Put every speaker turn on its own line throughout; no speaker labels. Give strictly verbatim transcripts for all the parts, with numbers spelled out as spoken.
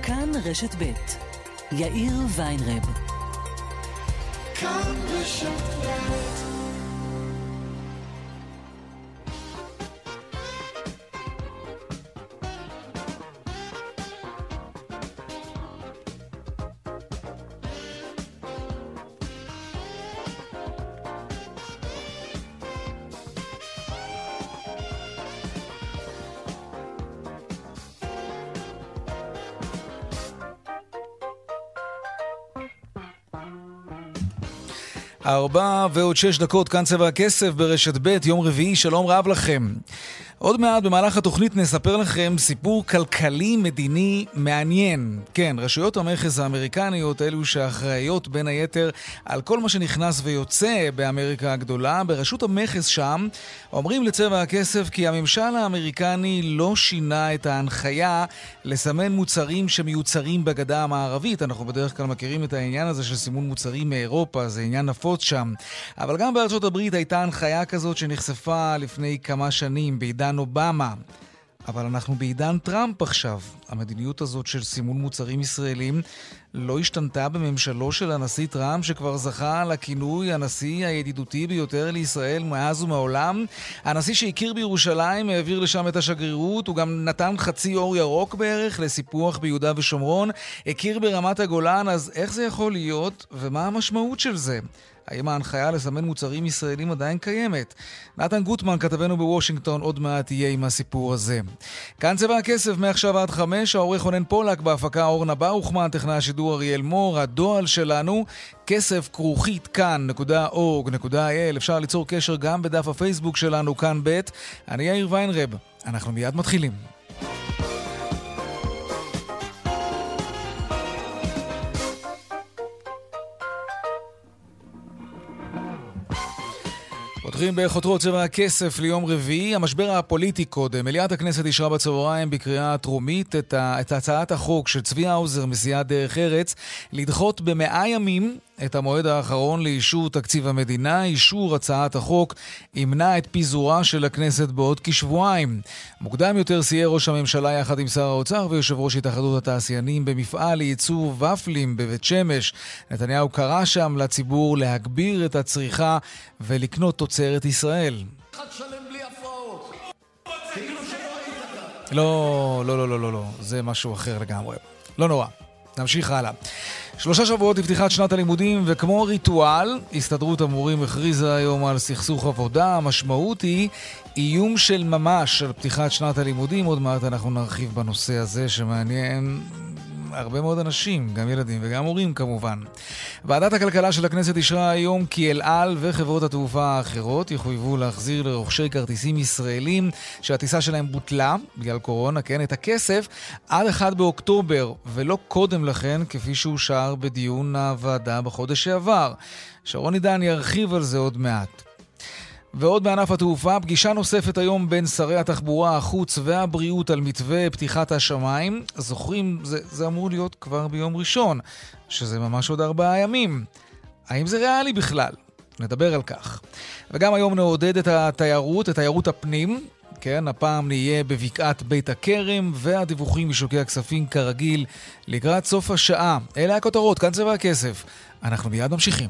כאן רשת ב' יאיר ויינרב. כאן רשת ב'.
ארבע ועוד שש דקות, כאן צבע הכסף ברשת ב', יום רביעי, שלום רב לכם. עוד מעט במהלך התוכנית נספר לכם סיפור כלכלי מדיני מעניין. כן, רשויות המכס האמריקניות, אלו שאחראיות בין היתר על כל מה שנכנס ויוצא באמריקה הגדולה, ברשות המכס שם אומרים לצבע הכסף כי הממשל האמריקני לא שינה את ההנחיה לסמן מוצרים שמיוצרים בגדה המערבית. אנחנו בדרך כלל מכירים את העניין הזה של סימון מוצרים מאירופה, זה עניין נפוץ שם. אבל גם בארצות הברית הייתה הנחיה כזאת שנחשפה לפני כמה שנים בעידן אובמה. אבל אנחנו בעידן טראמפ עכשיו. המדיניות הזאת של סימון מוצרים ישראלים לא השתנתה בממשלו של הנשיא טראמפ, שכבר זכה לכינוי הנשיא הידידותי ביותר לישראל מאז ומעולם. הנשיא שהכיר בירושלים, העביר לשם את השגרירות, הוא גם נתן חצי אור ירוק בערך לסיפוח ביהודה ושומרון, הכיר ברמת הגולן. אז איך זה יכול להיות ומה המשמעות של זה? האם ההנחיה לסמן מוצרים ישראלים עדיין קיימת? נתן גוטמן, כתבנו בוושינגטון, עוד מעט יהיה עם הסיפור הזה. כאן צבע הכסף, מעכשיו עד חמש, העורך רונן פולק, בהפקה אורנה באוכמן, טכנאי השידור אריאל מור. הדואל שלנו, כסף כרוכית כאן נקודה אורג נקודה איי אל. אפשר ליצור קשר גם בדף הפייסבוק שלנו, כאן ב'. אני יאיר ויינרב, אנחנו מיד מתחילים. פותחים בחותרות צבע הכסף ליום רביעי. המשבר הפוליטי קודם. מליאת הכנסת אישרה בצהריים בקריאה טרומית את, ה... את הצעת החוק של צבי האוזר מסיעת דרך ארץ לדחות במאה ימים את המועד האחרון לאישור תקציב המדינה. אישור הצעת החוק ימנע את פיזורה של הכנסת בעוד כשבועיים. מוקדם יותר סייר ראש הממשלה יחד עם שר האוצר ויושב ראש התאחדות התעשיינים במפעל לייצור ופלים בבית שמש. נתניהו קרא שם לציבור להגביר את הצריכה ולקנות תוצרת ישראל. לא, לא, לא, לא, לא, לא. זה משהו אחר לגמרי. לא נורא. נמשיך הלאה. שלושה שבועות לפתיחת שנת הלימודים, וכמו ריטואל, הסתדרות המורים הכריזה היום על סכסוך עבודה. המשמעות היא איום של ממש על פתיחת שנת הלימודים. עוד מעט אנחנו נרחיב בנושא הזה שמעניין הרבה מאוד אנשים, גם ילדים וגם הורים כמובן. ועדת הכלכלה של הכנסת אישרה היום כי אל על וחברות התעופה האחרות יחויבו להחזיר לרוכשי כרטיסים ישראלים שהטיסה שלהם בוטלה בגלל קורונה, כן, את הכסף עד אחד באוקטובר, ולא קודם לכן כפי שאושר בדיון הוועדה בחודש שעבר. שרון עידן ירחיב על זה עוד מעט. ועוד בענף התעופה, פגישה נוספת היום בין שרי התחבורה, החוץ והבריאות על מתווה פתיחת השמיים. זוכרים, זה, זה אמור להיות כבר ביום ראשון, שזה ממש עוד ארבעה ימים. האם זה ריאלי בכלל? נדבר על כך. וגם היום נעודד את התיירות, את תיירות הפנים. כן, הפעם נהיה בבקעת בית הכרם, והדיווחים משוקי הכספים כרגיל לקראת סוף השעה. אלה הכותרות, כאן צבע הכסף. אנחנו מיד ממשיכים.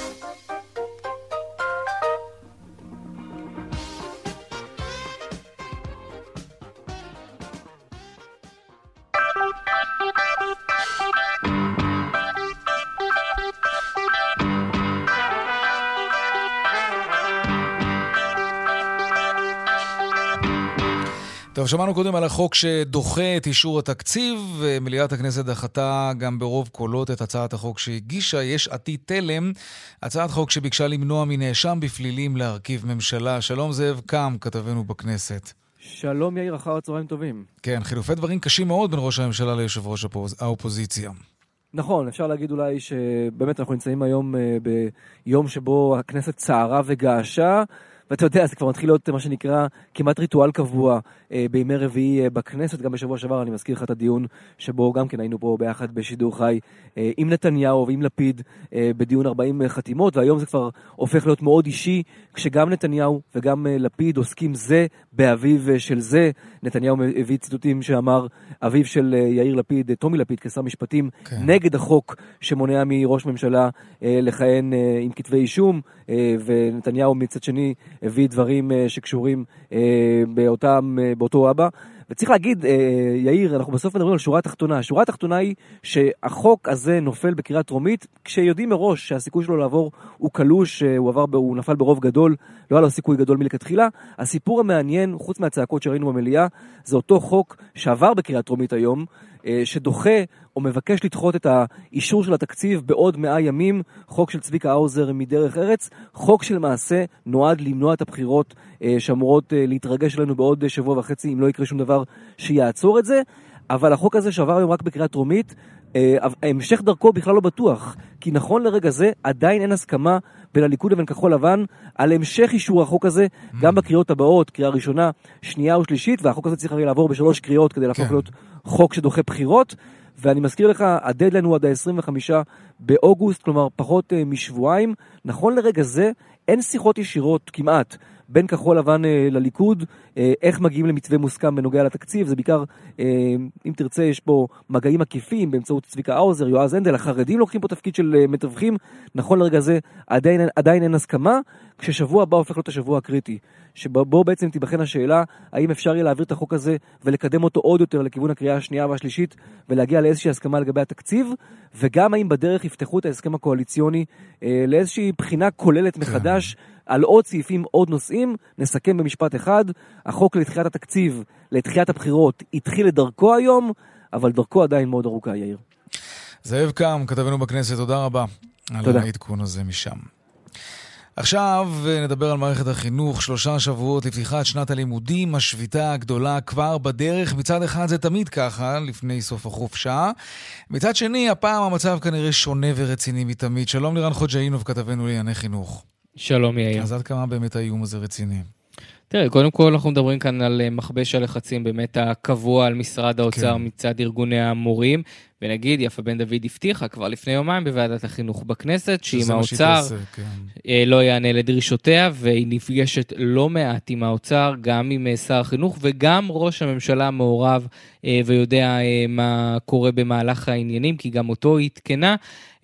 טוב, שמענו קודם על החוק שדוחה את אישור התקציב, ומליאת הכנסת דחתה גם ברוב קולות את הצעת החוק שהגישה יש עתיד תלם, הצעת חוק שביקשה למנוע מנאשם בפלילים להרכיב ממשלה. שלום זאב קם, כתבנו בכנסת.
שלום יאיר, אחר הצהריים טובים.
כן, חילופי דברים קשים מאוד בין ראש הממשלה ליושב ראש האופוזיציה.
נכון, אפשר להגיד אולי שבאמת אנחנו נמצאים היום ביום שבו הכנסת צערה וגעשה, ואתה יודע, זה כבר מתחיל להיות מה שנקרא כמעט ריטואל קבוע אה, בימי רביעי אה, בכנסת, גם בשבוע שעבר אני מזכיר לך את הדיון שבו גם כן היינו פה ביחד בשידור חי אה, עם נתניהו ועם לפיד אה, בדיון ארבעים חתימות, והיום זה כבר הופך להיות מאוד אישי, כשגם נתניהו וגם אה, לפיד עוסקים זה באביו אה, של זה. נתניהו הביא ציטוטים שאמר אביו של אה, יאיר לפיד, אה, טומי לפיד כשר משפטים, כן. נגד החוק שמונע מראש ממשלה אה, לכהן אה, עם כתבי אישום, אה, ונתניהו מצד שני הביא דברים אה, שקשורים אה, באותם, אה, באותו אבא. וצריך להגיד, יאיר, אנחנו בסוף מדברים על שורה התחתונה. השורה התחתונה היא שהחוק הזה נופל בקריאה טרומית, כשיודעים מראש שהסיכוי שלו לעבור הוא קלוש, הוא, עבר, הוא נפל ברוב גדול, לא היה לו סיכוי גדול מלכתחילה. הסיפור המעניין, חוץ מהצעקות שראינו במליאה, זה אותו חוק שעבר בקריאה טרומית היום, שדוחה או מבקש לדחות את האישור של התקציב בעוד מאה ימים, חוק של צביקה האוזר מדרך ארץ, חוק שלמעשה נועד למנוע את הבחירות שאמורות להתרגש עלינו בעוד שבוע וחצי, אם לא יקרה שום דבר שיעצור את זה. אבל החוק הזה שעבר היום רק בקריאה טרומית, המשך דרכו בכלל לא בטוח, כי נכון לרגע זה עדיין אין הסכמה בין הליכוד לבין כחול לבן על המשך אישור החוק הזה, גם בקריאות הבאות, קריאה ראשונה, שנייה ושלישית, והחוק הזה צריך לעבור בשלוש קריאות כדי להפוך להיות חוק שדוחה בחירות. ואני מזכיר לך, הדדליין הוא עד ה-עשרים וחמישה באוגוסט, כלומר פחות uh, משבועיים. נכון לרגע זה, אין שיחות ישירות כמעט בין כחול לבן uh, לליכוד, uh, איך מגיעים למתווה מוסכם בנוגע לתקציב. זה בעיקר, uh, אם תרצה, יש פה מגעים עקיפים באמצעות צביקה האוזר, יועז הנדל, החרדים לוקחים פה תפקיד של uh, מתווכים. נכון לרגע זה, עדיין, עדיין אין הסכמה, כששבוע הבא הופך להיות השבוע הקריטי, שבו בעצם תיבחן השאלה, האם אפשר יהיה להעביר את החוק הזה ולקדם אותו עוד יותר לכיוון הקריאה השנייה והשלישית, ולהגיע לאיזושהי הסכמה לגבי התקציב, וגם האם בדרך יפתחו את ההסכם הקואליציוני אה, לאיזושהי בחינה כוללת מחדש, כן. על עוד סעיפים, עוד נושאים. נסכם במשפט אחד, החוק לתחיית התקציב, לתחיית הבחירות, התחיל לדרכו היום, אבל דרכו עדיין מאוד ארוכה, יאיר.
זאב קם, כתבנו בכנסת, תודה רבה. תודה. על העדכון הזה משם. עכשיו נדבר על מערכת החינוך. שלושה שבועות לפתיחת שנת הלימודים, השביתה הגדולה כבר בדרך. מצד אחד זה תמיד ככה, לפני סוף החופשה. מצד שני, הפעם המצב כנראה שונה ורציני מתמיד. שלום לירן חוג'אינוב, כתבנו לענייני חינוך.
שלום יאיר.
אז עד כמה באמת האיום הזה רציני?
תראה, קודם כל אנחנו מדברים כאן על מכבש הלחצים באמת הקבוע על משרד האוצר כן. מצד ארגוני המורים, ונגיד, יפה בן דוד הבטיחה כבר לפני יומיים בוועדת החינוך בכנסת, שאם האוצר כן. לא יענה לדרישותיה, והיא נפגשת לא מעט עם האוצר, גם עם שר החינוך, וגם ראש הממשלה מעורב ויודע מה קורה במהלך העניינים, כי גם אותו התקנה.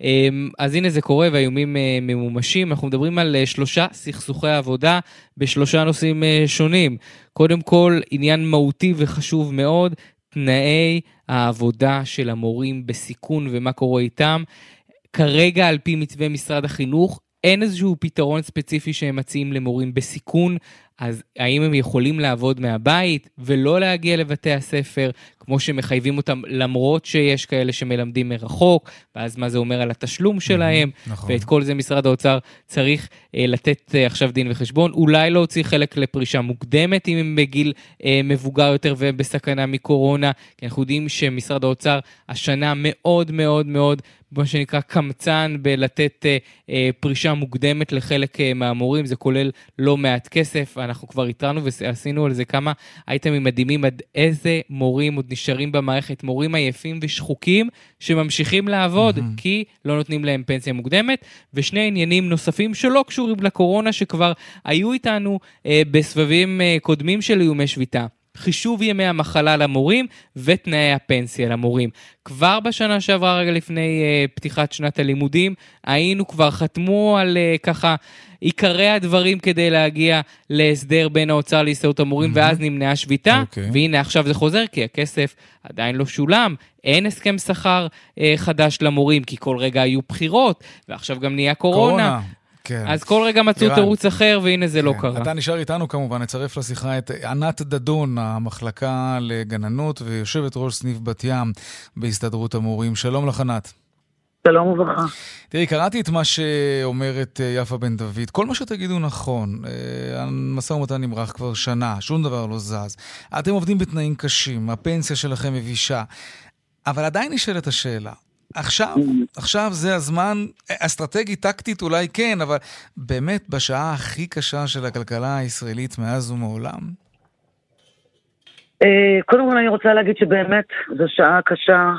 אז הנה זה קורה והאיומים ממומשים. אנחנו מדברים על שלושה סכסוכי עבודה בשלושה נושאים שונים. קודם כל, עניין מהותי וחשוב מאוד, תנאי העבודה של המורים בסיכון ומה קורה איתם. כרגע על פי מתווה משרד החינוך, אין איזשהו פתרון ספציפי שהם מציעים למורים בסיכון, אז האם הם יכולים לעבוד מהבית ולא להגיע לבתי הספר, כמו שמחייבים אותם, למרות שיש כאלה שמלמדים מרחוק, ואז מה זה אומר על התשלום שלהם, נכון. ואת כל זה משרד האוצר צריך אה, לתת אה, עכשיו דין וחשבון, אולי לא הוציא חלק לפרישה מוקדמת, אם הם בגיל אה, מבוגר יותר ובסכנה מקורונה, כי אנחנו יודעים שמשרד האוצר השנה מאוד מאוד מאוד, מה שנקרא קמצן בלתת אה, אה, פרישה מוקדמת לחלק אה, מהמורים, זה כולל לא מעט כסף, אנחנו כבר התרנו ועשינו על זה כמה אייטמים מדהימים, עד איזה מורים עוד נשארים במערכת, מורים עייפים ושחוקים שממשיכים לעבוד, mm-hmm. כי לא נותנים להם פנסיה מוקדמת, ושני עניינים נוספים שלא קשורים לקורונה, שכבר היו איתנו אה, בסבבים אה, קודמים של איומי שביתה. חישוב ימי המחלה למורים ותנאי הפנסיה למורים. כבר בשנה שעברה, רגע לפני uh, פתיחת שנת הלימודים, היינו כבר חתמו על uh, ככה עיקרי הדברים כדי להגיע להסדר בין האוצר להסתדרות המורים, mm-hmm. ואז נמנעה שביתה, okay. והנה עכשיו זה חוזר, כי הכסף עדיין לא שולם, אין הסכם שכר uh, חדש למורים, כי כל רגע היו בחירות, ועכשיו גם נהיה קורונה. קורונה. כן. אז כל רגע מצאו תירוץ אחר, והנה זה כן. לא קרה. אתה
נשאר איתנו כמובן, נצרף לשיחה את ענת דדון, המחלקה לגננות ויושבת ראש סניף בת ים בהסתדרות המורים. שלום לך ענת.
שלום וברכה.
תראי, קראתי את מה שאומרת יפה בן דוד. כל מה שתגידו נכון. המשא ומתן נמרח כבר שנה, שום דבר לא זז. אתם עובדים בתנאים קשים, הפנסיה שלכם מבישה. אבל עדיין נשאלת השאלה, עכשיו, עכשיו זה הזמן, אסטרטגית, טקטית אולי כן, אבל באמת בשעה הכי קשה של הכלכלה הישראלית מאז ומעולם?
קודם כל אני רוצה להגיד שבאמת זו שעה קשה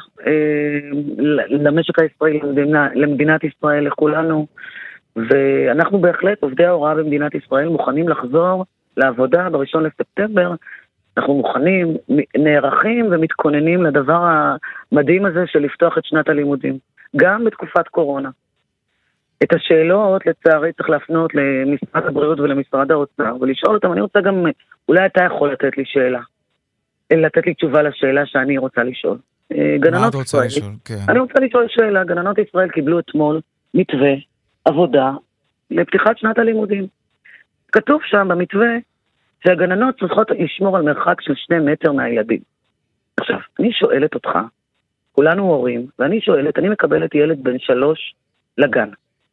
למשק הישראלי, למדינת ישראל, לכולנו, ואנחנו בהחלט, עובדי ההוראה במדינת ישראל, מוכנים לחזור לעבודה בראשון לספטמבר. אנחנו מוכנים, נערכים ומתכוננים לדבר המדהים הזה של לפתוח את שנת הלימודים, גם בתקופת קורונה. את השאלות, לצערי, צריך להפנות למשרד הבריאות ולמשרד האוצר, ולשאול אותם, אני רוצה גם, אולי אתה יכול לתת לי שאלה, לתת לי תשובה לשאלה שאני רוצה לשאול.
מה את רוצה לשאול? כן.
אני רוצה לשאול שאלה, גננות ישראל קיבלו אתמול מתווה עבודה לפתיחת שנת הלימודים. כתוב שם במתווה, שהגננות צריכות לשמור על מרחק של שני מטר מהילדים. עכשיו, אני שואלת אותך, כולנו הורים, ואני שואלת, אני מקבלת ילד בן שלוש לגן.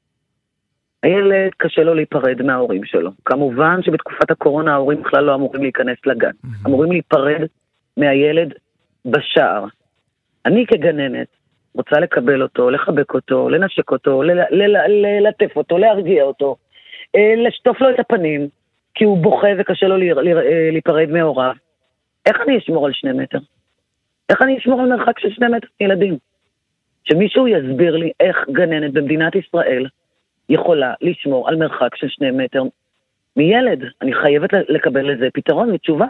הילד קשה לו להיפרד מההורים שלו. כמובן שבתקופת הקורונה ההורים בכלל לא אמורים להיכנס לגן. אמורים להיפרד מהילד בשער. אני כגננת רוצה לקבל אותו, לחבק אותו, לנשק אותו, ללטף אותו, להרגיע אותו, לשטוף לו את הפנים, כי הוא בוכה וקשה לו להיפרד מהוריו. איך אני אשמור על שני מטר? איך אני אשמור על מרחק של שני מטר ילדים? שמישהו יסביר לי איך גננת במדינת ישראל יכולה לשמור על מרחק של שני מטר מילד. אני חייבת לקבל לזה פתרון ותשובה.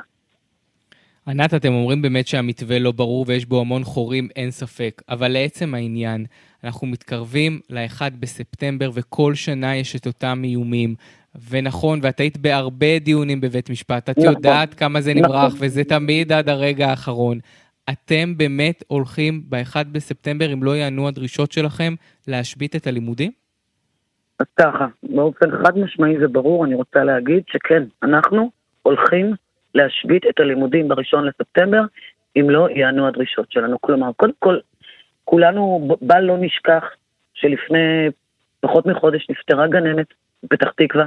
ענת, אתם אומרים באמת שהמתווה לא ברור ויש בו המון חורים, אין ספק. אבל לעצם העניין, אנחנו מתקרבים לאחד בספטמבר וכל שנה יש את אותם איומים. ונכון, ואת היית בהרבה דיונים בבית משפט, את נכון, יודעת כמה זה נמרח, נכון. וזה תמיד עד הרגע האחרון. אתם באמת הולכים באחד בספטמבר, אם לא יענו הדרישות שלכם, להשבית את הלימודים?
אז ככה, באופן חד משמעי זה ברור, אני רוצה להגיד שכן, אנחנו הולכים להשבית את הלימודים בראשון לספטמבר, אם לא יענו הדרישות שלנו. כלומר, קודם כל, כולנו, בל לא נשכח, שלפני פחות מחודש נפטרה גננת בפתח תקווה,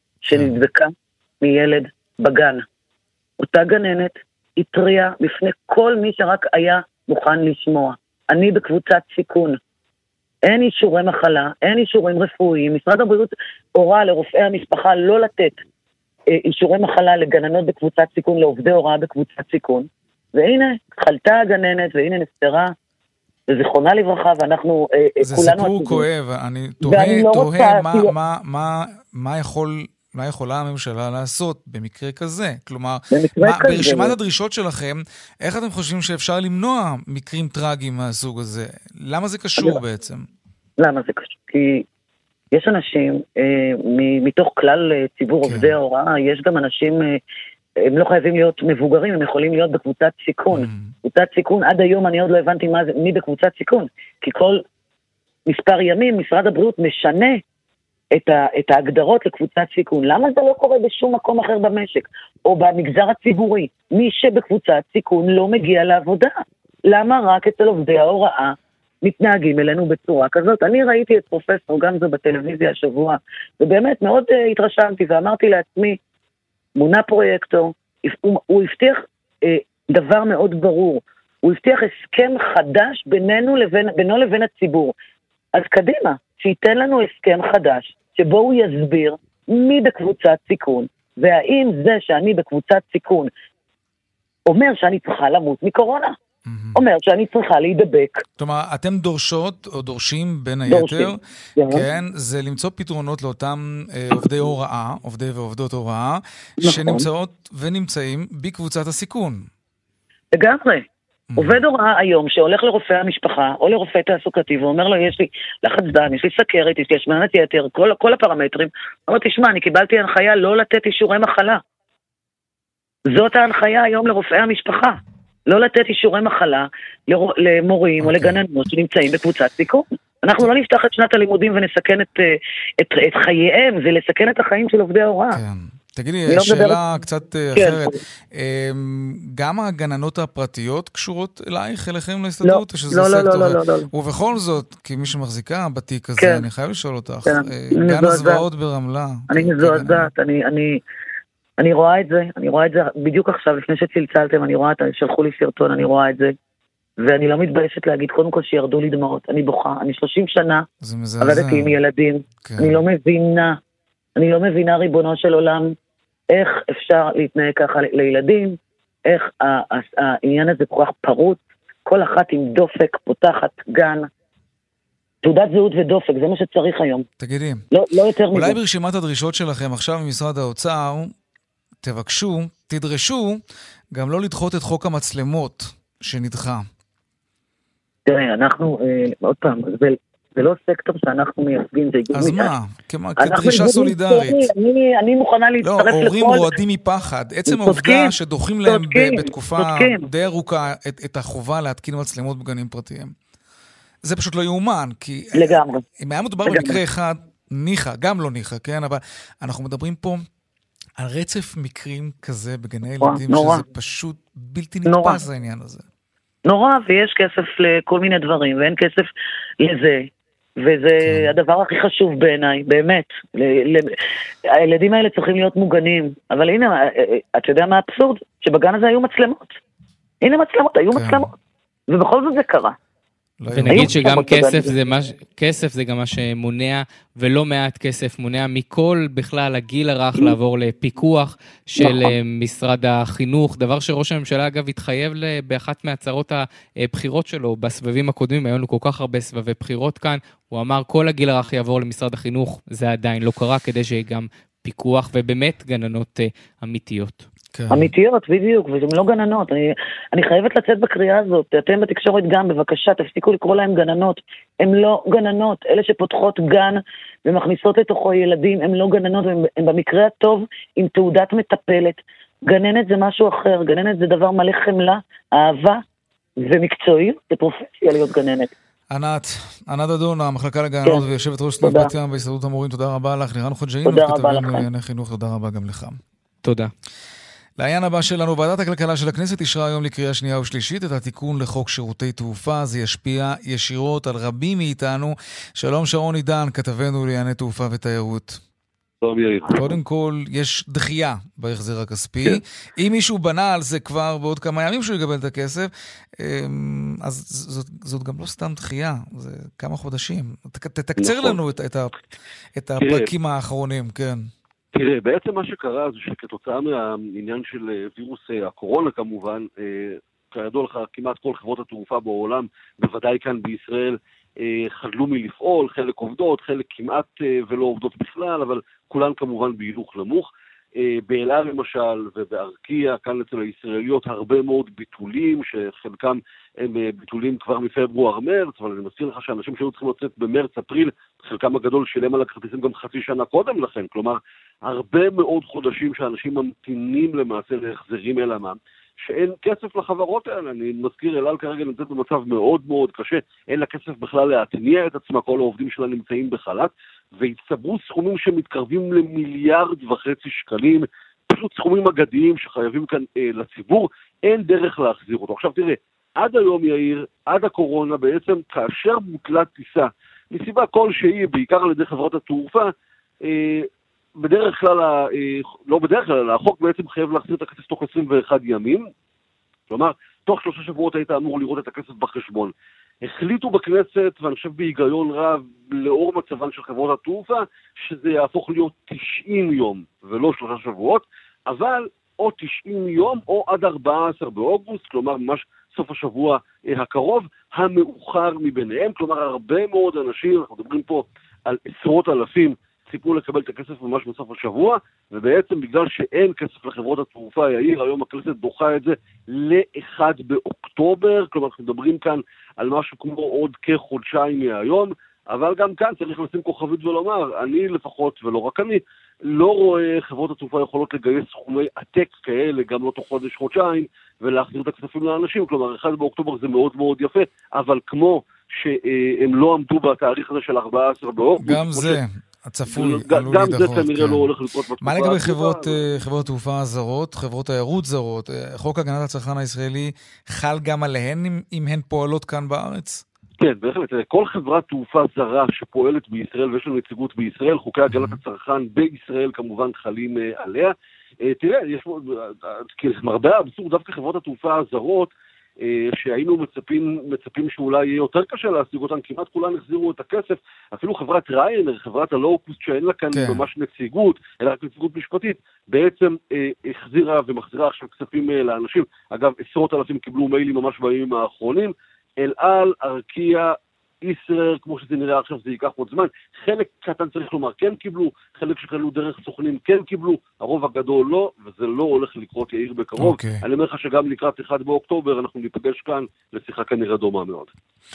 שנדבקה מילד בגן. אותה גננת התריעה בפני כל מי שרק היה מוכן לשמוע. אני בקבוצת סיכון. אין אישורי מחלה, אין אישורים רפואיים. משרד הבריאות הורה לרופאי המשפחה לא לתת אה, אישורי מחלה לגננות בקבוצת סיכון, לעובדי הוראה בקבוצת סיכון. והנה, חלתה הגננת, והנה נפטרה, וזיכרונה לברכה, ואנחנו אה,
זה כולנו... זה סיפור עתידים. כואב, אני תוהה, לא תוהה מה, מה, מה, מה, מה יכול... מה יכולה הממשלה לעשות במקרה כזה? כלומר,
במקרה
מה,
כזה.
ברשימת הדרישות שלכם, איך אתם חושבים שאפשר למנוע מקרים טרגיים מהסוג הזה? למה זה קשור בעצם?
למה זה קשור? כי יש אנשים, אה, מתוך כלל ציבור כן. עובדי ההוראה, יש גם אנשים, אה, הם לא חייבים להיות מבוגרים, הם יכולים להיות בקבוצת סיכון. Mm. קבוצת סיכון, עד היום אני עוד לא הבנתי מה זה, מי בקבוצת סיכון. כי כל מספר ימים משרד הבריאות משנה את, ה, את ההגדרות לקבוצת סיכון. למה זה לא קורה בשום מקום אחר במשק? או במגזר הציבורי? מי שבקבוצת סיכון לא מגיע לעבודה. למה רק אצל עובדי ההוראה מתנהגים אלינו בצורה כזאת? אני ראיתי את פרופסור גמזו בטלוויזיה השבוע, ובאמת מאוד uh, התרשמתי, ואמרתי לעצמי, מונה פרויקטור, הוא, הוא הבטיח uh, דבר מאוד ברור, הוא הבטיח הסכם חדש בינינו לבין, בינו לבין הציבור. אז קדימה, שייתן לנו הסכם חדש, שבו הוא יסביר מי בקבוצת סיכון, והאם זה שאני בקבוצת סיכון אומר שאני צריכה למות מקורונה, mm-hmm. אומר שאני צריכה להידבק.
כלומר, אתם דורשות או דורשים בין היתר, כן, זה למצוא פתרונות לאותם אה, עובדי הוראה, עובדי ועובדות הוראה, נכון. שנמצאות ונמצאים בקבוצת הסיכון.
לגמרי. עובד הוראה היום שהולך לרופא המשפחה או לרופא תעסוקתי ואומר לו יש לי לחץ דם, יש לי סכרת, יש לי השמנת יתר, כל, כל הפרמטרים, אומר תשמע, אני קיבלתי הנחיה לא לתת אישורי מחלה. זאת ההנחיה היום לרופאי המשפחה, לא לתת אישורי מחלה למורים okay. או לגננות שנמצאים בקבוצת סיכון. אנחנו לא נפתח את שנת הלימודים ונסכן את, את, את חייהם, זה לסכן את החיים של עובדי ההוראה. כן.
תגידי, שאלה קצת אחרת. גם הגננות הפרטיות קשורות אלייך, אליכם להסתדרות?
לא, לא, לא, לא.
ובכל זאת, כמי שמחזיקה בתיק הזה, אני חייב לשאול אותך, גן הזוועות ברמלה.
אני מזועזעת, אני רואה את זה, אני רואה את זה בדיוק עכשיו, לפני שצלצלתם, אני רואה, שלחו לי סרטון, אני רואה את זה. ואני לא מתביישת להגיד, קודם כל שירדו לי דמעות, אני בוכה, אני שלושים שנה, עבדתי עם ילדים, כן. אני לא מבינה, אני לא מבינה ריבונו של עולם, איך אפשר להתנהג ככה לילדים, איך העניין הזה כל כך פרוט, כל אחת עם דופק, פותחת גן, תעודת זהות ודופק, זה מה שצריך היום.
תגידי,
לא, לא יותר
אולי
מזה.
ברשימת הדרישות שלכם עכשיו ממשרד האוצר, תבקשו, תדרשו, גם לא לדחות את חוק המצלמות שנדחה.
תראה, אנחנו, אה, עוד פעם, זה, זה לא סקטור שאנחנו מייצגים, זה איגוד
אז
מקצועי.
מה? כמה, כדרישה סולידרית.
אני, אני מוכנה להצטרף
לא,
לכל...
הורים רועדים מפחד. עצם העובדה שדוחים להם ב- בתקופה
צודקים.
די ארוכה את, את החובה להתקין מצלמות בגנים פרטיים. זה פשוט לא יאומן, כי...
לגמרי.
אם היה מדובר
לגמרי.
במקרה אחד, ניחה, גם לא ניחה, כן? אבל אנחנו מדברים פה על רצף מקרים כזה בגני ילדים,
נורא.
שזה פשוט בלתי
נורא.
נתפס העניין הזה.
נורא, ויש כסף לכל מיני דברים, ואין כסף לזה, וזה
כן.
הדבר הכי חשוב בעיניי, באמת. ל- ל- הילדים האלה צריכים להיות מוגנים, אבל הנה, אתה יודע מה האבסורד? שבגן הזה היו מצלמות. הנה מצלמות, היו
כן.
מצלמות. ובכל זאת זה קרה.
לא
ונגיד שגם
מצלמות
כסף
בגן.
זה, מה, כסף זה גם מה שמונע, ולא מעט כסף מונע מכל בכלל הגיל הרך לעבור לפיקוח של
נכון.
משרד החינוך, דבר שראש הממשלה אגב התחייב באחת מהצהרות הבחירות שלו, בסבבים הקודמים, היו לנו כל כך הרבה סבבי בחירות כאן, הוא אמר כל הגיל הרך יעבור למשרד החינוך, זה עדיין לא קרה, כדי שיהיה גם פיקוח ובאמת גננות אמיתיות.
כן.
אמיתיות, בדיוק, וזה לא גננות. אני, אני חייבת לצאת בקריאה הזאת. אתם בתקשורת גם, בבקשה, תפסיקו לקרוא להם גננות. הם לא גננות. אלה שפותחות גן ומכניסות לתוכו ילדים, הם לא גננות, הם, הם במקרה הטוב עם תעודת מטפלת. גננת זה משהו אחר. גננת זה דבר מלא חמלה, אהבה ומקצועיות. זה פרופסיה להיות גננת.
ענת, ענת אדון, המחלקה לגננות
כן.
ויושבת ראש סניף בת ים בהסתדרות המורים, תודה רבה לך. לירן חוג'אינוב,
תודה רבה
כתבנו
לכם.
לענייני חינוך, תודה רבה גם לך.
תודה.
לעניין הבא שלנו, ועדת הכלכלה של הכנסת אישרה היום לקריאה שנייה ושלישית את התיקון לחוק שירותי תעופה. זה ישפיע ישירות על רבים מאיתנו. שלום שרון עידן, כתבנו לענייני תעופה ותיירות.
טוב יאיר.
קודם כל, יש דחייה בהחזר הכספי.
כן.
אם מישהו בנה על זה כבר בעוד כמה ימים שהוא יקבל את הכסף, אז זאת, זאת גם לא סתם דחייה, זה כמה חודשים. תתקצר
נכון.
לנו את, את, ה, את הפרקים האחרונים, כן.
תראה, בעצם מה שקרה זה שכתוצאה מהעניין של וירוס הקורונה כמובן, כידוע לך, כמעט כל חברות התעופה בעולם, בוודאי כאן בישראל, חדלו מלפעול, חלק עובדות, חלק כמעט ולא עובדות בכלל, אבל כולן כמובן בהילוך נמוך. באלה למשל ובארקיה, כאן אצל הישראליות, הרבה מאוד ביטולים, שחלקם הם ביטולים כבר מפברואר-מרץ, אבל אני מזכיר לך שאנשים שהיו צריכים לצאת במרץ-אפריל, חלקם הגדול שילם על הכרטיסים גם חצי שנה קודם לכן, כלומר, הרבה מאוד חודשים שאנשים ממתינים למעשה להחזרים אל עמם, שאין כסף לחברות האלה. אני מזכיר, אל על כרגע נמצאת במצב מאוד מאוד קשה, אין לה כסף בכלל להתניע את עצמה, כל העובדים שלה נמצאים בחל"ת, והצטברו סכומים שמתקרבים למיליארד וחצי שקלים, פשוט סכומים אגדיים שחייבים כאן אה, לציבור, אין דרך להחזיר אותו. עכשיו תראה, עד היום יאיר, עד הקורונה בעצם, כאשר בוטלה טיסה, מסיבה כלשהי, בעיקר על ידי חברת התעופה, אה, בדרך כלל, אה, לא בדרך כלל, החוק בעצם חייב להחזיר את הכסף תוך עשרים ואחד ימים, כלומר, תוך שלושה שבועות היית אמור לראות את הכסף בחשבון. החליטו בכנסת, ואני חושב בהיגיון רב, לאור מצבן של חברות התעופה, שזה יהפוך להיות תשעים יום, ולא שלושה שבועות, אבל או תשעים יום, או עד ארבעה עשר באוגוסט, כלומר ממש סוף השבוע הקרוב, המאוחר מביניהם, כלומר הרבה מאוד אנשים, אנחנו מדברים פה על עשרות אלפים, ציפו לקבל את הכסף ממש בסוף השבוע, ובעצם בגלל שאין כסף לחברות התעופה, יאיר, היום הכנסת דוחה את זה ל-אחד באוקטובר, כלומר אנחנו מדברים כאן על משהו כמו עוד כחודשיים מהיום, אבל גם כאן צריך לשים כוכבית ולומר, אני לפחות, ולא רק אני, לא רואה חברות התעופה יכולות לגייס סכומי עתק כאלה, גם לא תוך חודש, חודשיים, ולהחזיר את הכספים לאנשים, כלומר אחד באוקטובר זה מאוד מאוד יפה, אבל כמו שהם לא עמדו בתאריך הזה של ארבעה עשר באוגוסט,
גם זה. הצפוי עלול להידחות.
גם זה כנראה לא הולך לקרות בתקופה.
מה לגבי חברות תעופה זרות, חברות תיירות זרות? חוק הגנת הצרכן הישראלי חל גם עליהן אם הן פועלות כאן בארץ?
כן, בהחלט. כל חברת תעופה זרה שפועלת בישראל ויש לנו נציגות בישראל, חוקי הגנת הצרכן בישראל כמובן חלים עליה. תראה, יש מרבה האבסורד, דווקא חברות התעופה הזרות, שהיינו מצפים, מצפים שאולי יהיה יותר קשה להשיג אותן, כמעט כולן החזירו את הכסף, אפילו חברת ריינר, חברת הלואו-קוסט שאין לה כאן כן. ממש נציגות, אלא רק נציגות משפטית, בעצם אה, החזירה ומחזירה עכשיו כספים אה, לאנשים. אגב, עשרות אלפים קיבלו מיילים ממש בימים האחרונים, אל על, ארקיע, ישראל, כמו שזה נראה עכשיו, זה ייקח עוד זמן. חלק קטן צריך לומר כן קיבלו, חלק שקלו דרך סוכנים כן קיבלו, הרוב הגדול לא, וזה לא הולך לקרות יאיר בקרוב. Okay. אני אומר לך שגם לקראת אחד באוקטובר אנחנו ניפגש כאן לשיחה כנראה דומה מאוד.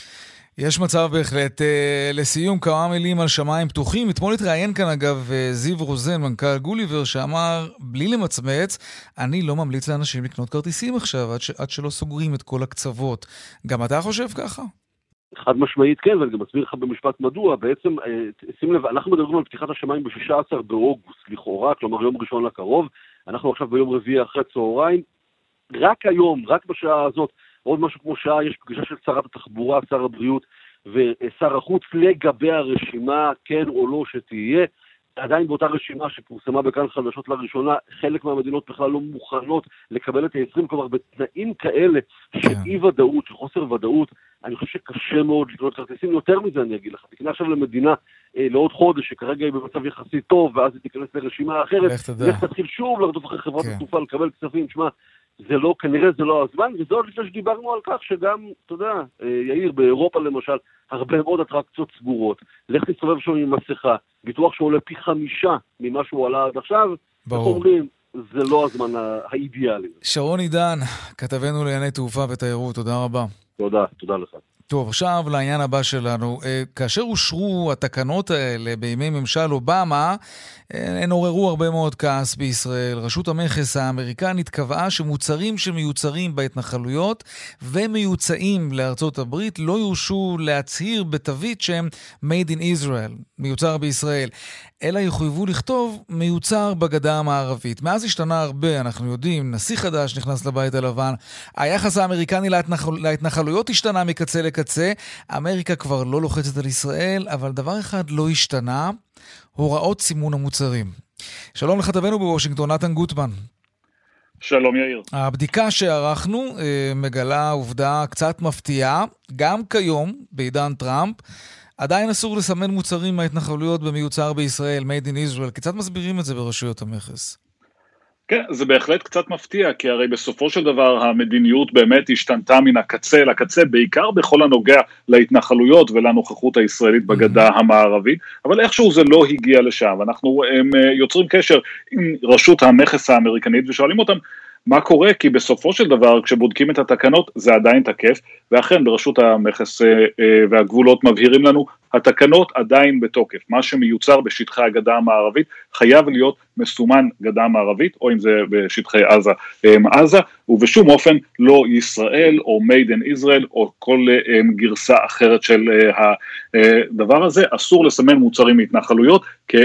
יש מצב בהחלט. לסיום, כמה מילים על שמיים פתוחים. אתמול התראיין כאן אגב זיו רוזן, מנכ"ל גוליבר, שאמר, בלי למצמץ, אני לא ממליץ לאנשים לקנות כרטיסים עכשיו, עד, ש... עד שלא סוגרים את כל הקצוות. גם אתה חושב ככה?
חד משמעית כן, ואני גם אסביר לך במשפט מדוע. בעצם, שים לב, אנחנו מדברים על פתיחת השמיים ב-שישה עשר באוגוסט, לכאורה, כלומר יום ראשון לקרוב. אנחנו עכשיו ביום רביעי אחרי צהריים. רק היום, רק בשעה הזאת, עוד משהו כמו שעה, יש פגישה של שרת התחבורה, שר הבריאות ושר החוץ לגבי הרשימה, כן או לא שתהיה. עדיין באותה רשימה שפורסמה בכאן חדשות לראשונה, חלק מהמדינות בכלל לא מוכנות לקבל את ה-עשרים, כלומר בתנאים כאלה של אי ודאות, של חוסר ודאות, אני חושב שקשה מאוד לקנות כרטיסים. יותר מזה אני אגיד לך, תקנה עכשיו למדינה אה, לעוד חודש, שכרגע היא במצב יחסית טוב, ואז היא תיכנס לרשימה אחרת, לך תתחיל שוב לרדוף אחרי חברת כן. התעופה, לקבל כספים, תשמע, זה לא, כנראה זה לא הזמן, וזה עוד לפני שדיברנו על כך שגם, אתה יודע, יאיר, באירופה למשל, הרבה מאוד אטרקציות סגורות, לך תסתובב שם עם מסכה, ביטוח שעולה פי חמישה ממה שהוא עלה עד עכשיו, אנחנו אומרים, זה לא הזמן האידיאלי.
שרון עידן, כתבנו לענייני תעופה ותיירות, תודה רבה.
תודה, תודה לך.
טוב, עכשיו לעניין הבא שלנו. כאשר אושרו התקנות האלה בימי ממשל אובמה, הן עוררו הרבה מאוד כעס בישראל. רשות המכס האמריקנית קבעה שמוצרים שמיוצרים בהתנחלויות ומיוצאים לארצות הברית לא יורשו להצהיר בתווית שהם made in Israel, מיוצר בישראל, אלא יחויבו לכתוב מיוצר בגדה המערבית. מאז השתנה הרבה, אנחנו יודעים, נשיא חדש נכנס לבית הלבן, היחס האמריקני להתנחל... להתנחלויות השתנה מקצה לקצה, אמריקה כבר לא לוחצת על ישראל, אבל דבר אחד לא השתנה, הוראות סימון המוצרים. שלום לכתבנו בוושינגטון, נתן גוטמן.
שלום יאיר.
הבדיקה שערכנו מגלה עובדה קצת מפתיעה, גם כיום בעידן טראמפ, עדיין אסור לסמן מוצרים מההתנחלויות במיוצר בישראל, made in Israel. כיצד מסבירים את זה ברשויות המכס?
כן, זה בהחלט קצת מפתיע, כי הרי בסופו של דבר המדיניות באמת השתנתה מן הקצה לקצה, בעיקר בכל הנוגע להתנחלויות ולנוכחות הישראלית בגדה המערבית, אבל איכשהו זה לא הגיע לשם. אנחנו הם, יוצרים קשר עם רשות המכס האמריקנית ושואלים אותם, מה קורה? כי בסופו של דבר, כשבודקים את התקנות, זה עדיין תקף, ואכן ברשות המכס והגבולות מבהירים לנו, התקנות עדיין בתוקף. מה שמיוצר בשטחי הגדה המערבית, חייב להיות מסומן גדה המערבית, או אם זה בשטחי עזה, עזה, ובשום אופן לא ישראל, או made in Israel, או כל גרסה אחרת של הדבר הזה. אסור לסמן מוצרים מהתנחלויות,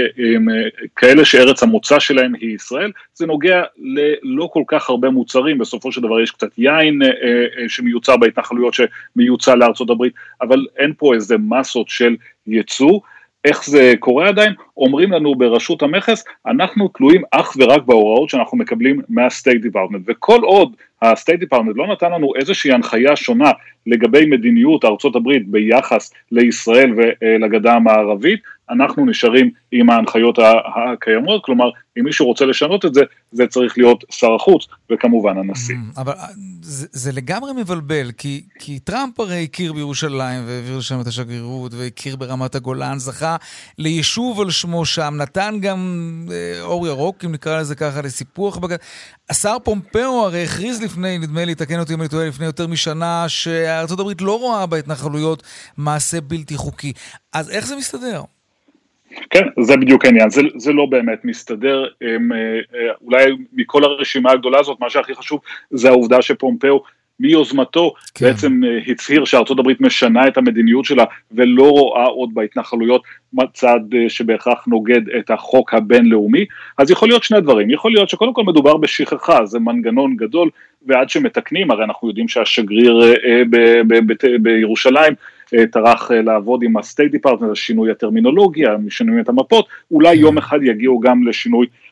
כאלה שארץ המוצא שלהם היא ישראל. זה נוגע ללא כל כך הרבה מוצרים, בסופו של דבר יש קצת יין שמיוצר בהתנחלויות, שמיוצא לארצות הברית, אבל אין פה איזה מסות של ייצוא. איך זה קורה עדיין? אומרים לנו ברשות המכס, אנחנו תלויים אך ורק בהוראות שאנחנו מקבלים מהסטייט דיפארטמנט, וכל עוד הסטייט דיפארטמנט לא נתן לנו איזושהי הנחיה שונה לגבי מדיניות ארצות הברית ביחס לישראל ולגדה המערבית, אנחנו נשארים עם ההנחיות הקיימות. כלומר, אם מישהו רוצה לשנות את זה, זה צריך להיות שר החוץ, וכמובן הנשיא.
אבל זה, זה לגמרי מבלבל, כי, כי טראמפ הרי הכיר בירושלים, והעביר לשם את השגרירות, והכיר ברמת הגולן, זכה ליישוב על שמו שם, נתן גם אה, אור ירוק, אם נקרא לזה ככה, לסיפוח בגד... השר פומפאו הרי הכריז לפני, נדמה לי, תקן אותי אם אני טועה, לפני יותר משנה, שארצות הברית לא רואה בהתנחלויות מעשה בלתי חוקי. אז איך זה מסתדר?
כן, זה בדיוק העניין, זה, זה לא באמת מסתדר, הם, אולי מכל הרשימה הגדולה הזאת, מה שהכי חשוב זה העובדה שפומפאו מיוזמתו כן. בעצם הצהיר שארצות הברית משנה את המדיניות שלה, ולא רואה עוד בהתנחלויות מצד שבהכרח נוגד את החוק הבינלאומי. אז יכול להיות שני דברים, יכול להיות שקודם כל מדובר בשכחה, זה מנגנון גדול, ועד שמתקנים, הרי אנחנו יודעים שהשגריר ב- ב- ב- בירושלים, טרח לעבוד עם הסטייט דיפארטמנט, שינוי הטרמינולוגיה, שינוי את המפות, אולי יום אחד יגיעו גם לשינוי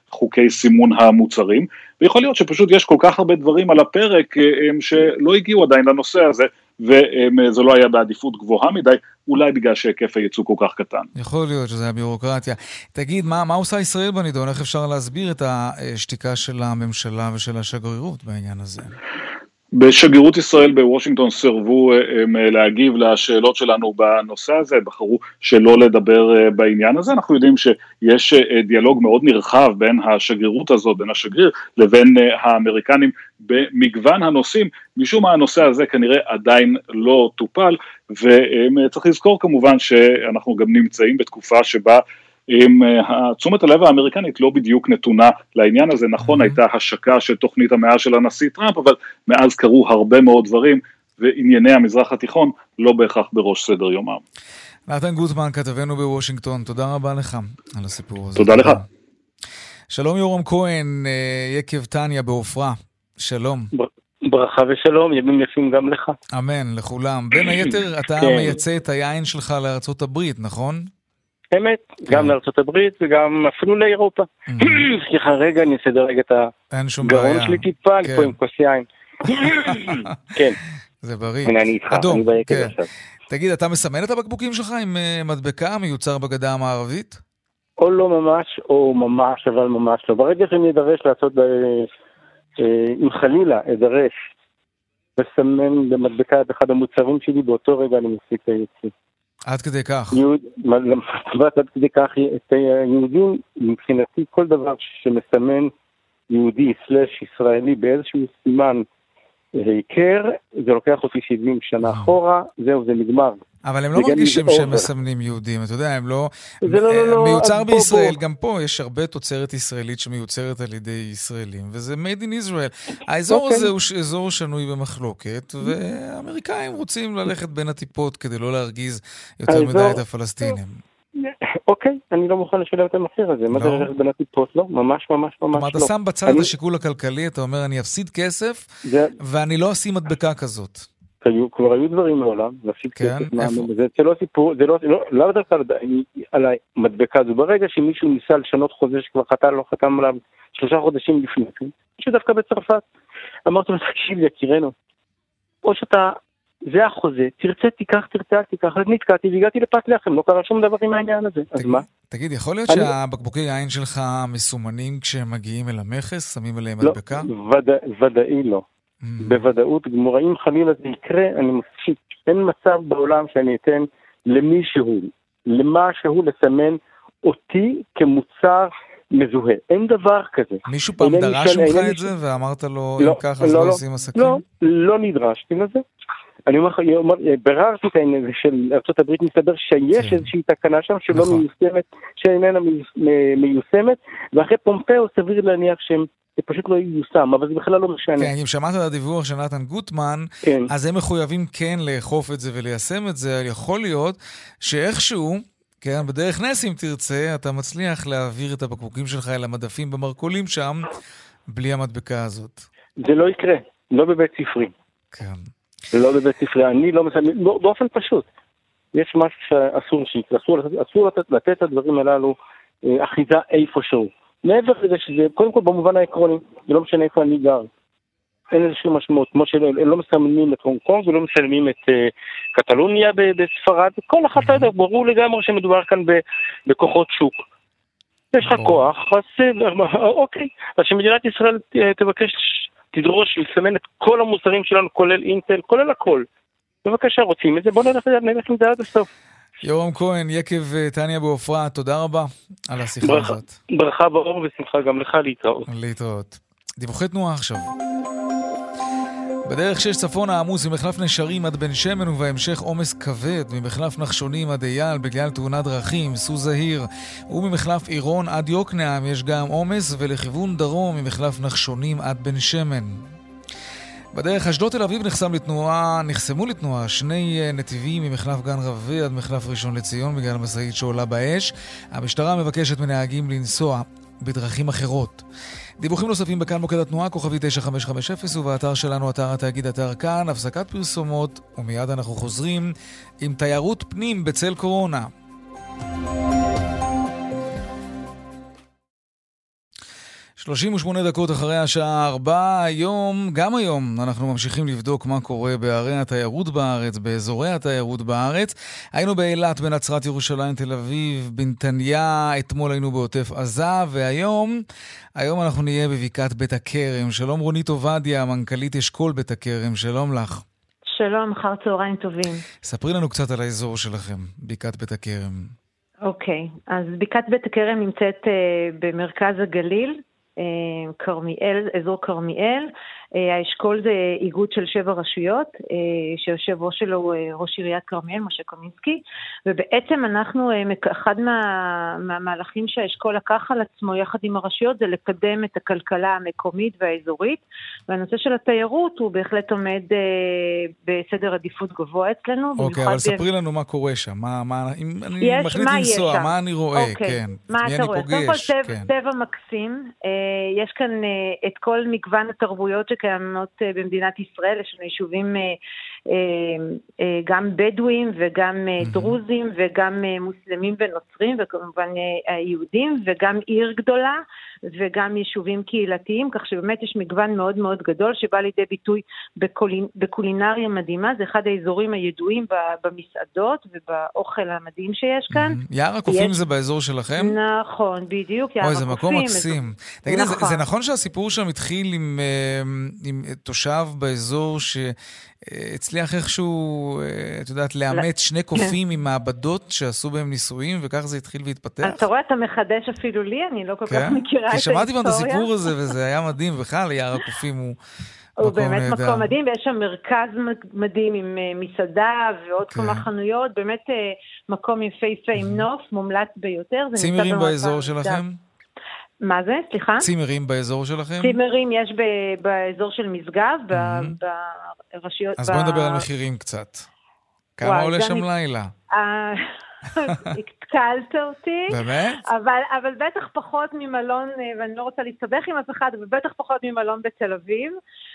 חוקי סימון המוצרים, ויכול להיות שפשוט יש כל כך הרבה דברים על הפרק שלא הגיעו עדיין לנושא הזה, וזה לא היה בעדיפות גבוהה מדי, אולי בגלל שהיקף הייצוא כל כך קטן.
יכול להיות שזה הביורוקרטיה. תגיד, מה, מה עושה ישראל בנידון? איך אפשר להסביר את השתיקה של הממשלה ושל השגרירות בעניין הזה?
בשגרירות ישראל בוושינגטון סרבו להגיב לשאלות שלנו בנושא הזה, בחרו שלא לדבר בעניין הזה. אנחנו יודעים שיש דיאלוג מאוד נרחב בין השגרירות הזאת, בין השגריר לבין האמריקנים במגוון הנושאים. משום מה הנושא הזה כנראה עדיין לא טופל, וצריך לזכור כמובן שאנחנו גם נמצאים בתקופה שבה עם תשומת הלב האמריקנית לא בדיוק נתונה לעניין הזה. נכון, mm-hmm. הייתה השקה של תוכנית המאה של הנשיא טראמפ, אבל מאז קרו הרבה מאוד דברים, וענייני המזרח התיכון לא בהכרח בראש סדר יומם.
נתן גוטמן, כתבנו בוושינגטון, תודה רבה לך על הסיפור הזה.
תודה לך.
שלום יורם כהן, יקב טניה בעופרה, שלום.
ברכה ושלום, ימים יפים גם לך.
אמן, לכולם. בין היתר, אתה מייצא את היין שלך לארצות הברית, נכון?
אמת, גם לארצות הברית וגם אפילו לאירופה. סליחה, רגע, אני אסדר רגע את הגרון שלי טיפה, אני פה עם כוס יין. כן.
זה בריא.
הנה, אני איתך, אני ביקר עכשיו.
תגיד, אתה מסמן את הבקבוקים שלך עם מדבקה מיוצר בגדה המערבית?
או לא ממש, או ממש, אבל ממש לא. ברגע שאני אדרש לעשות, אם חלילה אדרש, לסמן במדבקה את אחד המוצרים שלי, באותו רגע אני מפסיק את היציא.
עד כדי כך.
עד כדי כך, את היהודים, מבחינתי, כל דבר שמסמן יהודי סלש ישראלי באיזשהו סימן היכר, זה לוקח אותי שבעים שנה אחורה, זהו, זה נגמר.
אבל הם לא מרגישים שהם מסמנים יהודים, אתה יודע, הם לא... מיוצר בישראל, גם פה יש הרבה תוצרת ישראלית שמיוצרת על ידי ישראלים, וזה made in Israel. האזור הזה הוא אזור שנוי במחלוקת, והאמריקאים רוצים ללכת בין הטיפות כדי לא להרגיז יותר מדי את הפלסטינים.
אוקיי, אני לא מוכן לשלם את המחיר הזה. מה זה ללכת בין הטיפות? לא, ממש ממש ממש לא.
אתה שם בצד את השיקול הכלכלי, אתה אומר, אני אפסיד כסף, ואני לא אשים מדבקה כזאת.
כבר היו דברים מעולם, להפסיד כסף. זה לא סיפור, זה לא דווקא על המדבקה הזו. ברגע שמישהו ניסה לשנות חוזה שכבר חתם, לא חתם עליו שלושה חודשים לפני, שדווקא בצרפת, אמרתי לו, תקשיב, יקירנו, או שאתה, זה החוזה, תרצה, תיקח, תרצה, תיקח, נתקעתי והגעתי לפת לחם, לא קרה שום דבר עם העניין הזה, אז מה?
תגיד, יכול להיות שהבקבוקי יין שלך מסומנים כשהם מגיעים אל המכס, שמים עליהם מדבקה?
לא, ודאי לא. בוודאות גמורה, אם חלילה זה יקרה, אני מפסיק. אין מצב בעולם שאני אתן למישהו, למשהו לסמן אותי כמוצר מזוהה. אין דבר כזה.
מישהו פעם דרש ממך את זה ואמרת לו, אם ככה אז לא עושים עסקים?
לא, לא נדרשתי לזה. אני אומר, בררתי את העניין של ארצות הברית, מסתבר שיש איזושהי תקנה שם שלא מיושמת, שאיננה מיושמת, ואחרי פומפאו סביר להניח שהם זה פשוט לא ייושם, אבל זה בכלל לא משנה.
כן, אם שמעת על הדיווח של נתן גוטמן, כן. אז הם מחויבים כן לאכוף את זה וליישם את זה. יכול להיות שאיכשהו, כן, בדרך נס אם תרצה, אתה מצליח להעביר את הבקבוקים שלך אל המדפים במרקולים שם, בלי המדבקה הזאת.
זה לא יקרה, לא בבית ספרי.
כן.
זה לא בבית ספרי, אני לא מסיים, לא, באופן פשוט. יש משהו שאסור שיקרה, אסור, אסור לתת, לתת את הדברים הללו, אה, אחיזה איפשהו. מעבר לזה שזה, קודם כל במובן העקרוני, זה לא משנה איפה אני גר. אין איזושהי משמעות, כמו שלא לא מסיימים את הונג קונג ולא מסיימים את uh, קטלוניה בספרד, כל אחת היותר, ברור לגמרי שמדובר כאן בכוחות שוק. יש לך כוח, אז אוקיי, אז שמדינת ישראל תבקש, תדרוש לסמן את כל המוצרים שלנו, כולל אינטל, כולל הכל. בבקשה, רוצים את זה, בואו נלך עם זה עד הסוף.
יורם כהן, יקב טניה בעופרה, תודה רבה על השיחה הזאת.
ברכה באור ושמחה גם לך להתראות.
להתראות. דיווחי תנועה עכשיו. בדרך שש צפון העמוס ממחלף נשרים עד בן שמן ובהמשך עומס כבד ממחלף נחשונים עד אייל בגלל תאונת דרכים, סעו זהיר, וממחלף עירון עד יוקנעם יש גם עומס ולכיוון דרום ממחלף נחשונים עד בן שמן. בדרך אשדוד תל אביב נחסם לתנועה, נחסמו לתנועה שני נתיבים ממחלף גן רבי עד מחלף ראשון לציון בגלל משאית שעולה באש. המשטרה מבקשת מנהגים לנסוע בדרכים אחרות. דיווחים נוספים בכאן מוקד התנועה, כוכבי תשע חמש חמש אפס, ובאתר שלנו, אתר התאגיד, אתר כאן, הפסקת פרסומות, ומיד אנחנו חוזרים עם תיירות פנים בצל קורונה. שלושים ושמונה דקות אחרי השעה ארבע, היום, גם היום, אנחנו ממשיכים לבדוק מה קורה בערי התיירות בארץ, באזורי התיירות בארץ. היינו באילת, בנצרת, ירושלים, תל אביב, בנתניה, אתמול היינו בעוטף עזה, והיום, היום אנחנו נהיה בבקעת בית הכרם. שלום רונית עובדיה, מנכ"לית אשכול בית הכרם, שלום לך.
שלום, אחר צהריים טובים.
ספרי לנו קצת על האזור שלכם, בקעת בית הכרם.
אוקיי, אז בקעת בית הכרם נמצאת uh, במרכז הגליל, קרמיאל, אזור קרמיאל. האשכול זה איגוד של שבע רשויות, שיושב ראש שלו הוא ראש עיריית קרמיאל, משה קומינסקי, ובעצם אנחנו, אחד מה, מהמהלכים שהאשכול לקח על עצמו יחד עם הרשויות, זה לקדם את הכלכלה המקומית והאזורית, והנושא של התיירות הוא בהחלט עומד בסדר עדיפות גבוה אצלנו.
אוקיי, אבל ספרי לנו מה קורה שם, מה, מה, אם אני מחליט לנסוע, מה אני רואה,
אוקיי.
כן,
מה אתה רואה? קודם כל טבע מקסים, יש כאן את כל מגוון התרבויות שקיימות במדינת ישראל, יש לנו יישובים גם בדואים וגם דרוזים וגם מוסלמים ונוצרים וכמובן יהודים, וגם עיר גדולה וגם יישובים קהילתיים, כך שבאמת יש מגוון מאוד מאוד גדול שבא לידי ביטוי בקולינריה מדהימה. זה אחד האזורים הידועים במסעדות ובאוכל המדהים שיש כאן.
יער הקופים זה באזור שלכם?
נכון, בדיוק, יער הקופים.
אוי, זה מקום מקסים. תגיד, זה נכון שהסיפור שם התחיל עם תושב באזור שהצליח איכשהו, את יודעת, לאמץ שני קופים עם מעבדות שעשו בהם ניסויים, וכך זה התחיל והתפתח?
אתה רואה, אתה מחדש אפילו לי, אני לא כל כך מכירה את ההיסטוריה.
כי שמעתי פעם את הסיפור הזה, וזה היה מדהים, בכלל, יער הקופים הוא...
הוא באמת מקום מדהים, ויש שם מרכז מדהים עם מסעדה ועוד כמה חנויות, באמת מקום יפהפה עם נוף, מומלץ ביותר.
צימרים באזור שלכם?
מה זה? סליחה?
צימרים באזור שלכם?
צימרים יש באזור של משגב, ברשויות...
אז בואי נדבר על מחירים קצת. כמה עולה שם לילה?
התקלת אותי.
באמת?
אבל, אבל בטח פחות ממלון, ואני לא רוצה להסתבך עם אף אחד, אבל בטח פחות ממלון בתל אביב,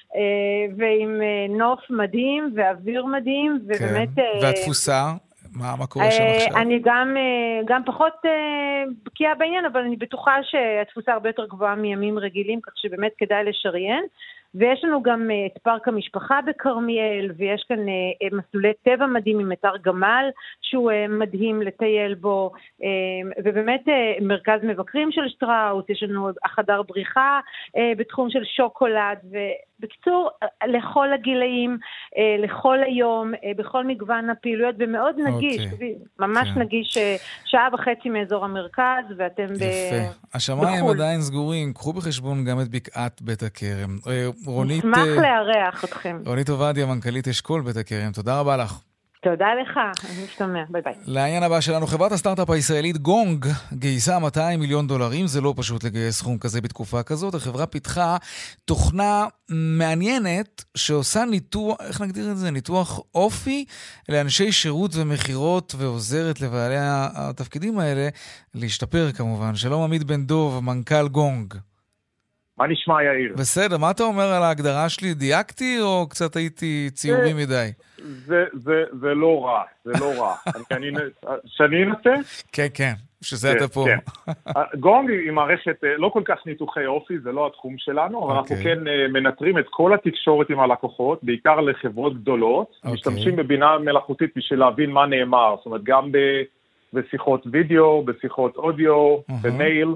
ועם נוף מדהים ואוויר מדהים, ובאמת...
והתפוסה? מה, מה קורה שם עכשיו?
אני גם, גם פחות בקיאה בעניין, אבל אני בטוחה שהתפוסה הרבה יותר גבוהה מימים רגילים, כך שבאמת כדאי לשריין. ויש לנו גם את פארק המשפחה בקרמיאל, ויש כאן מסלולי טבע מדהים עם אתר גמל, שהוא מדהים לטייל בו, ובאמת מרכז מבקרים של שטראוס, יש לנו החדר בריחה בתחום של שוקולד, ובקיצור, לכל הגילאים, לכל היום, בכל מגוון הפעילויות, ומאוד נגיש, ממש נגיש, שעה וחצי מאזור המרכז, ואתם בחו"ל.
יפה. השמיים עדיין סגורים, קחו בחשבון גם את בקעת בית הכרם. רונית,
נשמח לארח אתכם.
רונית עובדיה, מנכ"לית אשכול בית הכרם, תודה רבה לך.
תודה לך, אני משתמע, ביי ביי.
לעניין הבא שלנו, חברת הסטארט-אפ הישראלית גונג גייסה מאתיים מיליון דולרים, זה לא פשוט לגייס סכום כזה בתקופה כזאת, החברה פיתחה תוכנה מעניינת שעושה ניתוח, איך נגדיר את זה? ניתוח אופי לאנשי שירות ומחירות, ועוזרת לבעלי התפקידים האלה להשתפר כמובן. שלום עמית בן דוב, מנכ"ל גונג.
מה נשמע יאיר?
בסדר, מה אתה אומר על ההגדרה שלי? דייקתי או קצת הייתי ציורי מדי?
זה, זה, זה לא רע, זה לא רע. אני, שאני אנסה?
כן, כן, שזה אתה פה.
גונג היא מערכת, לא כל כך ניתוחי אופי, זה לא התחום שלנו, אבל אנחנו כן מנטרים את כל התקשורת עם הלקוחות, בעיקר לחברות גדולות, משתמשים בבינה מלאכותית בשביל להבין מה נאמר, זאת אומרת, גם בשיחות וידאו, בשיחות אודיו, במייל,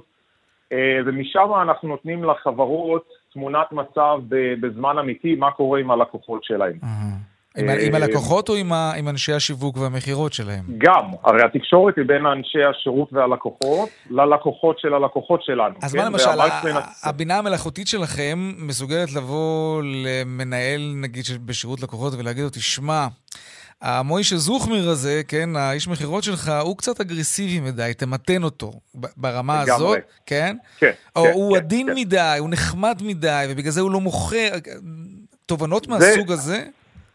ומשם אנחנו נותנים לחברות תמונת מצב בזמן אמיתי, מה קורה עם הלקוחות שלהם.
עם הלקוחות או עם אנשי השיווק והמחירות שלהם?
גם, הרי התקשורת היא בין אנשי השירות והלקוחות, ללקוחות של הלקוחות שלנו.
אז מה למשל, הבינה המלאכותית שלכם מסוגלת לבוא למנהל, נגיד, בשירות לקוחות ולהגיד לו, תשמע, המוישה זוכמיר הזה, כן, האיש מחירות שלך, הוא קצת אגרסיבי מדי, תמתן אותו ברמה הזאת, כן?
כן.
או הוא עדין מדי, הוא נחמד מדי, ובגלל זה הוא לא מוכר, תובנות מהסוג הזה?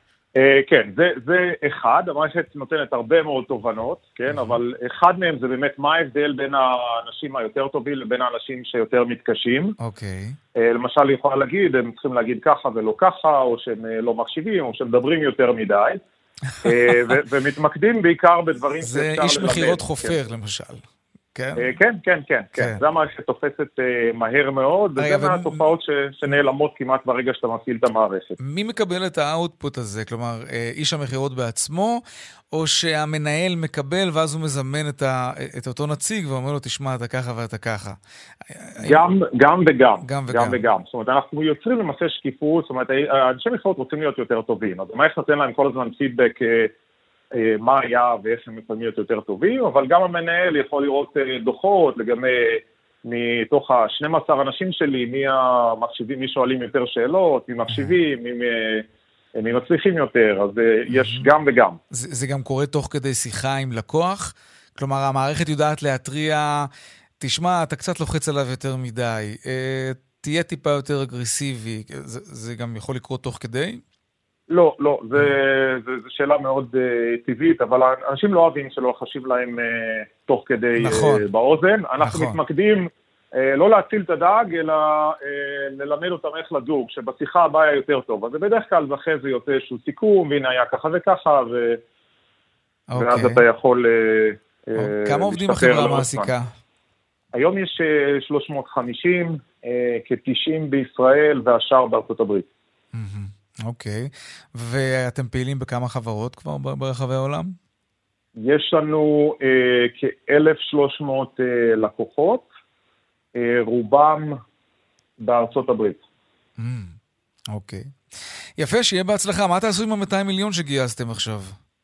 כן, זה אחד, המערכת נותנת הרבה מאוד תובנות, כן, אבל אחד מהם זה באמת מה ההבדל בין האנשים היותר טובים לבין האנשים שיותר מתקשים.
אוקיי.
למשל, היא יכולה להגיד, הם צריכים להגיד ככה ולא ככה, או שהם לא מקשיבים, או שהם מדברים יותר מדי. ומתמקדים בעיקר בדברים
זה איש מחירות חופר, למשל. כן?
כן, כן, כן, כן. זה המערכת תופסת מהר מאוד, וזה מהתופעות שנעלמות כמעט ברגע שאתה מפעיל את המערכת.
מי מקבל את האוטפוט הזה? כלומר, איש המחירות בעצמו, או שהמנהל מקבל ואז הוא מזמן את אותו נציג ואומר לו, תשמע, אתה ככה ואתה ככה?
גם, גם וגם.
גם וגם.
וגם. זאת אומרת, אנחנו יוצרים למעשה שקיפות, זאת אומרת, אנשי מחירות רוצים להיות יותר טובים, אז המערכת נותן להם כל הזמן פידבק מה היה ואיך הם יכולים להיות יותר טובים, אבל גם המנהל יכול לראות דוחות לגבי מתוך ה-שנים עשר אנשים שלי, מי המקשיבים, מי שואלים יותר שאלות, מי מקשיבים, מי, מי מצליחים יותר, אז יש גם וגם.
זה, זה גם קורה תוך כדי שיחה עם לקוח? כלומר, המערכת יודעת להטריע, תשמע, אתה קצת לוחץ עליו יותר מדי, תהיה טיפה יותר אגרסיבי, זה, זה גם יכול לקרות תוך כדי?
לא, לא, זו שאלה מאוד uh, טבעית, אבל אנשים לא אוהבים שלא חשיב להם uh, תוך כדי נכון, uh, באוזן. אנחנו נכון. מתמקדים uh, לא להציל את הדג, אלא uh, ללמד אותם איך לדוג, שבשיחה הבאה יותר טוב. אז זה בדרך כלל ואחרי זה יוצא איזשהו סיכום, והנה היה ככה וככה, ו... אוקיי. ואז אתה יכול uh,
אוקיי. uh, כמה עובדים החברה מעסיקה?
היום יש uh, שלוש מאות וחמישים, uh, כ-תשעים בישראל והשאר בארצות הברית.
אוקיי, ואתם פעילים בכמה חברות כבר ברחבי העולם?
יש לנו אה, כ-אלף ושלוש מאות אה, לקוחות, אה, רובם בארצות הברית.
Mm, אוקיי. יפה, שיהיה בהצלחה. מה תעשו עם ה-מאתיים מיליון שגייסתם עכשיו?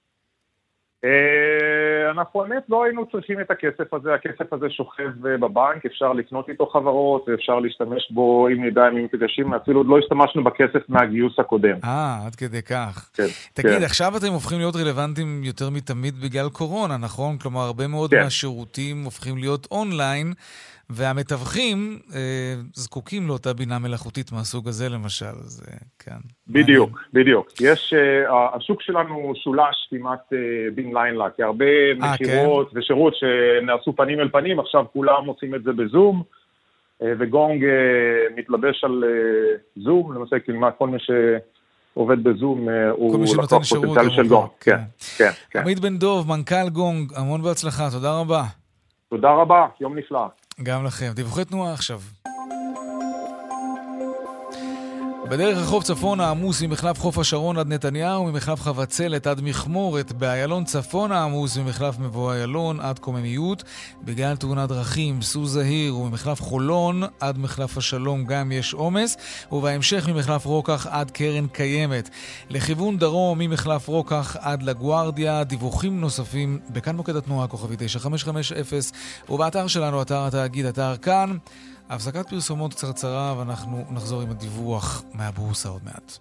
אה, אנחנו באמת לא היינו צריכים את הכסף הזה, הכסף הזה שוכב בבנק, אפשר לקנות איתו חברות, אפשר להשתמש בו אם נדע אם מתגשים, אפילו עוד לא השתמשנו בכסף מהגיוס הקודם.
אה, עד כדי כך.
כן,
תגיד,
כן.
עכשיו אתם הופכים להיות רלוונטיים יותר מתמיד בגלל קורונה, נכון? כלומר, הרבה מאוד
כן.
מהשירותים הופכים להיות אונליין, והמתווכים אה, זקוקים לאותה בינה מלאכותית מהסוג הזה למשל, אז כן.
בדיוק, מעניין. בדיוק. יש, uh, השוק שלנו שולש כמעט uh, בין לילה, כי הרבה 아, מחירות כן? ושירות שנעשו פנים אל פנים, עכשיו כולם עושים את זה בזום, uh, וגונג uh, מתלבש על uh, זום, למעשה כמעט כל מי שעובד בזום uh, הוא לקוח פוטנציאל של גונג. כן, כן, כן.
עמית בן דוב, מנכ"ל גונג, המון בהצלחה, תודה רבה.
תודה רבה, יום נפלא.
גם לכם. דיווחי תנועה עכשיו. בדרך רחוב צפון העמוס ממחלף חוף השרון עד נתניהו, ממחלף חבצלת עד מכמורת, באיילון צפון העמוס ממחלף מבוא איילון עד קוממיות, בגלל תאונת דרכים סעו זהיר, וממחלף חולון עד מחלף השלום גם יש עומס, ובהמשך ממחלף רוקח עד קרן קיימת. לכיוון דרום ממחלף רוקח עד לגוארדיה, דיווחים נוספים בכאן מוקד התנועה כוכבי תשע חמש חמש אפס, ובאתר שלנו, אתר התאגיד, אתר כאן. הפסקת פרסומות קצרצרה, ואנחנו נחזור עם הדיווח מהבורסה עוד מעט.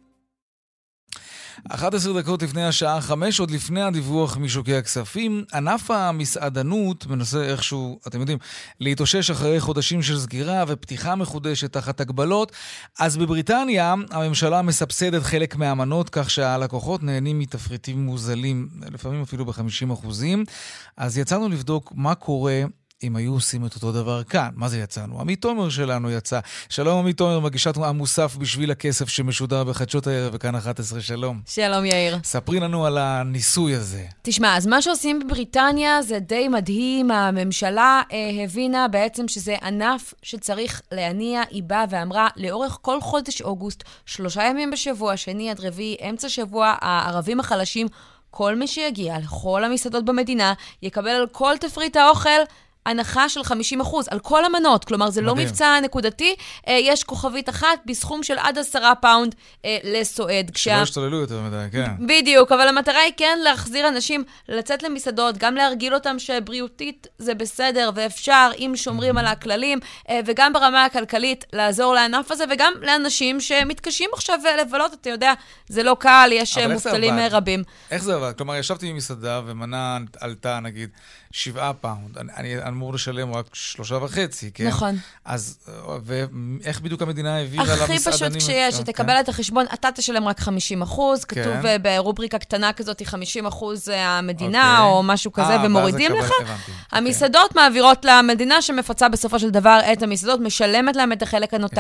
אחת עשרה דקות לפני השעה חמש, עוד לפני הדיווח משוקי הכספים, ענף המסעדנות מנסה איכשהו, אתם יודעים, להתאושש אחרי חודשים של סגירה ופתיחה מחודשת תחת הגבלות. אז בבריטניה הממשלה מסבסדת חלק מהמנות, כך שהלקוחות נהנים מתפריטים מוזלים, לפעמים אפילו ב-חמישים אחוזים. אז יצאנו לבדוק מה קורה אם היו עושים את אותו דבר כאן. מה זה יצאנו? עמית תומר שלנו יצא. שלום עמית תומר, מגישת המוסף בשביל הכסף שמשודר בחדשות הערב וכאן אחת עשרה, שלום.
שלום יאיר.
ספרי לנו על הניסוי הזה.
תשמע, אז מה שעושים בבריטניה זה די מדהים. הממשלה אה, הבינה בעצם שזה ענף שצריך להניע. היא באה ואמרה, לאורך כל חודש אוגוסט, שלושה ימים בשבוע, שני עד רביעי, אמצע שבוע, הערבים החלשים, כל מי שיגיע לכל המסעדות במדינה, יקבל על כל תפריט האוכל הנחה של חמישים אחוז על כל המנות, כלומר זה מדהים. לא מבצע נקודתי, יש כוכבית אחת בסכום של עד עשרה פאונד לסועד.
שלא השתוללו יותר מדי, כן.
בדיוק, אבל המטרה היא כן להחזיר אנשים לצאת למסעדות, גם להרגיל אותם שבריאותית זה בסדר ואפשר, אם שומרים על הכללים, וגם ברמה הכלכלית לעזור לענף הזה, וגם לאנשים שמתקשים עכשיו לבלות, אתה יודע, זה לא קל, יש מובטלים רבים.
איך זה עבד? כלומר, ישבתי במסעדה ומנה עלתה, נגיד, שבעה פאונד. אני אמור לשלם רק שלושה וחצי, כן?
נכון.
אז, ואיך בדיוק המדינה העבירה למסעדנים?
הכי פשוט כשיש, שתקבל את החשבון, אתה תשלם רק חמישים אחוז, כתוב ברובריקה קטנה כזאת, חמישים אחוז המדינה, או משהו כזה, ומורידים לך. המסעדות מעבירות למדינה שמפצה בסופו של דבר את המסעדות, משלמת להם את החלק הנותר.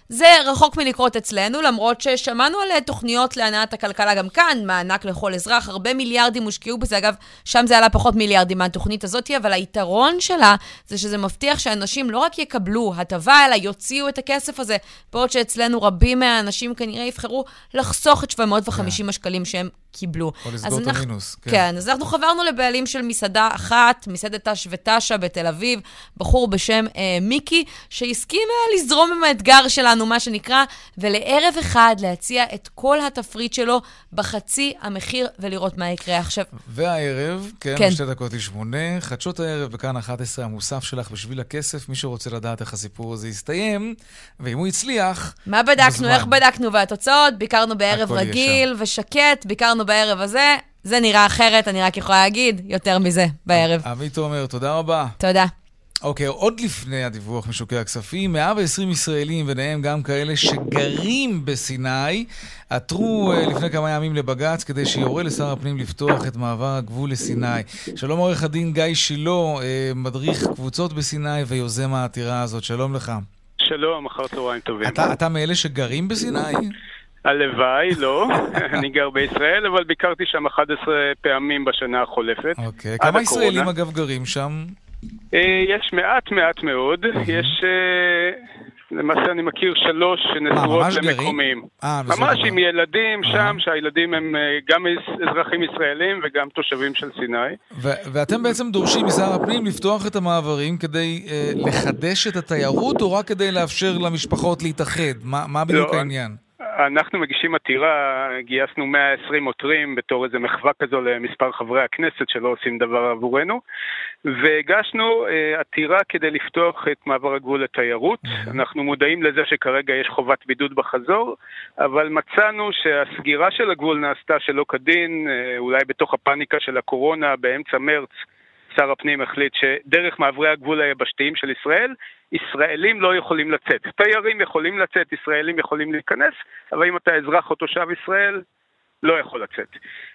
זה רחוק מלקרות אצלנו, למרות ששמענו על תוכניות להנעת הכלכלה גם כאן, מענק לכל אזרח, הרבה מיליארדים הושקעו בזה, אגב, שם זה עלה פחות מיליארדים מהתוכנית הזאת, אבל היתרון שלה זה שזה מבטיח שאנשים לא רק יקבלו הטבה, אלא יוציאו את הכסף הזה, בעוד שאצלנו רבים מהאנשים כנראה יבחרו לחסוך את שבע מאות וחמישים השקלים שהם קיבלו.
או לסגור את המינוס.
כן, אז אנחנו חברנו לבעלים של מסעדה אחת, מסעדת תש ותשה בתל אביב, בחור בשם אה, מיקי, שהסכים אה, לזרום עם האתגר שלנו, מה שנקרא, ולערב אחד להציע את כל התפריט שלו בחצי המחיר ולראות מה יקרה עכשיו.
והערב, כן,
כן.
בשתי דקות לשמונה, חדשות הערב בכאן אחת עשרה, המוסף שלך בשביל הכסף, מי שרוצה לדעת איך הסיפור הזה יסתיים, ואם הוא הצליח,
מה בדקנו,
בזמן.
איך בדקנו והתוצאות, ביקרנו בערב
הכל
רגיל ושקט, ביקרנו בערב הזה, זה נראה אחרת, אני רק יכולה להגיד, יותר מזה בערב.
עמית אומר, תודה רבה.
תודה.
אוקיי, עוד לפני הדיווח משוקי הכספים, מאה ועשרים ישראלים, ביניהם גם כאלה שגרים בסיני, עתרו לפני כמה ימים לבג"ץ כדי שיורה לשר הפנים לפתוח את מעבר הגבול לסיני. שלום עורך הדין גיא שילה, מדריך קבוצות בסיני ויוזם העתירה הזאת. שלום לך.
שלום, אחר צהריים טובים.
אתה, אתה מאלה שגרים בסיני?
הלוואי, לא. אני גר בישראל, אבל ביקרתי שם אחת עשרה פעמים בשנה החולפת.
אוקיי, כמה ישראלים אגב גרים שם?
יש מעט מעט מאוד, יש למעשה אני מכיר שלוש שנשואות למקומים, ממש עם ילדים שם, שהילדים הם גם אזרחים ישראלים וגם תושבים של סיני.
ואתם בעצם דורשים משר הפנים לפתוח את המעברים כדי לחדש את התיירות או רק כדי לאפשר למשפחות להתאחד? מה בדיוק העניין?
אנחנו מגישים עתירה, גייסנו מאה ועשרים עותרים בתור איזה מחווה כזו למספר חברי הכנסת שלא עושים דבר עבורנו, והגשנו uh, עתירה כדי לפתוח את מעבר הגבול לתיירות. אנחנו מודעים לזה שכרגע יש חובת בידוד בחזור, אבל מצאנו שהסגירה של הגבול נעשתה שלא כדין, uh, אולי בתוך הפאניקה של הקורונה באמצע מרץ, שר הפנים החליט שדרך מעברי הגבול היבשתיים של ישראל, ישראלים לא יכולים לצאת. תיירים יכולים לצאת, ישראלים יכולים להיכנס, אבל אם אתה אזרח או תושב ישראל, לא יכול לצאת.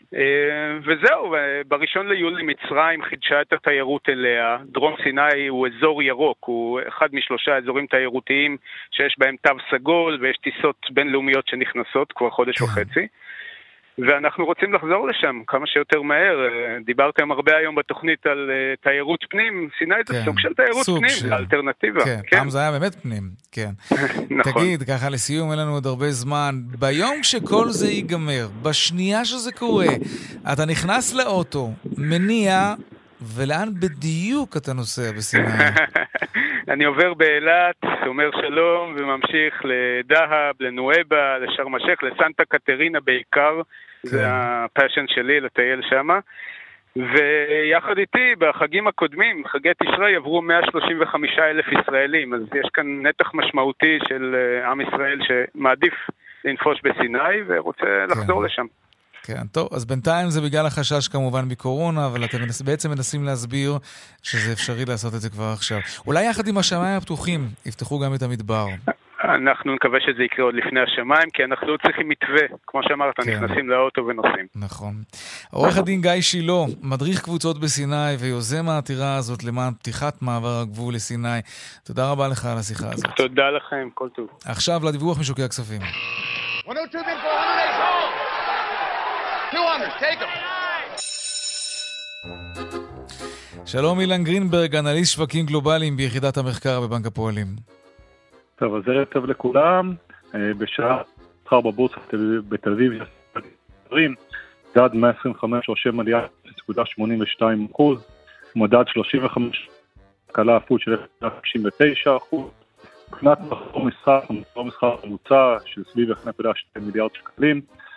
וזהו, בראשון ליולי מצרים חידשה את התיירות אליה. דרום סיני הוא אזור ירוק, הוא אחד משלושה אזורים תיירותיים שיש בהם תו סגול, ויש טיסות בינלאומיות שנכנסות כבר חודש וחצי. ואנחנו רוצים לחזור לשם כמה שיותר מהר. דיברתם הרבה היום בתוכנית על uh, תיירות פנים. סיני זה כן. סוג של תיירות סוג פנים, של... אלטרנטיבה.
כן,
כן.
פעם זה היה באמת פנים, כן. נכון. תגיד, ככה לסיום, אין לנו עוד הרבה זמן. ביום שכל זה ייגמר, בשנייה שזה קורה, אתה נכנס לאוטו, מניע, ולאן בדיוק אתה נוסע בסיני?
אני עובר באילת, אומר שלום, וממשיך לדהב, לנואבה, לשרם א-שייח, לסנטה קטרינה בעיקר. כן. זה הפשן שלי לטייל שמה. ויחד איתי, בחגים הקודמים, חגי תשרי, עברו מאה שלושים וחמישה אלף ישראלים. אז יש כאן נתח משמעותי של עם ישראל שמעדיף לנפוש בסיני ורוצה כן. לחזור לשם.
כן, טוב, אז בינתיים זה בגלל החשש כמובן מקורונה, אבל אתם בעצם מנסים להסביר שזה אפשרי לעשות את זה כבר עכשיו. אולי יחד עם השמיים הפתוחים יפתחו גם את המדבר.
אנחנו נקווה שזה יקרה עוד לפני השמיים, כי אנחנו לא צריכים מתווה. כמו שאמרת, כן. נכנסים לאוטו ונוסעים.
נכון. עורך הדין גיא שילה, מדריך קבוצות בסיני ויוזם העתירה הזאת למען פתיחת מעבר הגבול לסיני. תודה רבה לך על השיחה הזאת.
תודה לכם, כל טוב.
עכשיו לדיווח משוקי הכספים. שלום אילן גרינברג, אנליסט שווקים גלובליים ביחידת המחקר בבנק הפועלים.
טוב, אז ערב טוב לכולם. בשעה מחר בבורסה בתל אביב מדד מאה עשרים וחמש רושם עלייה אפס נקודה שמונים ושתיים אחוז, מדד שלושים וחמש קלה אפות של אפס נקודה חמישים ותשע אחוז, מבחינת מחזור מסחר, מחזור מסחר ממוצע של סביב אחד נקודה שתיים מיליארד שקלים.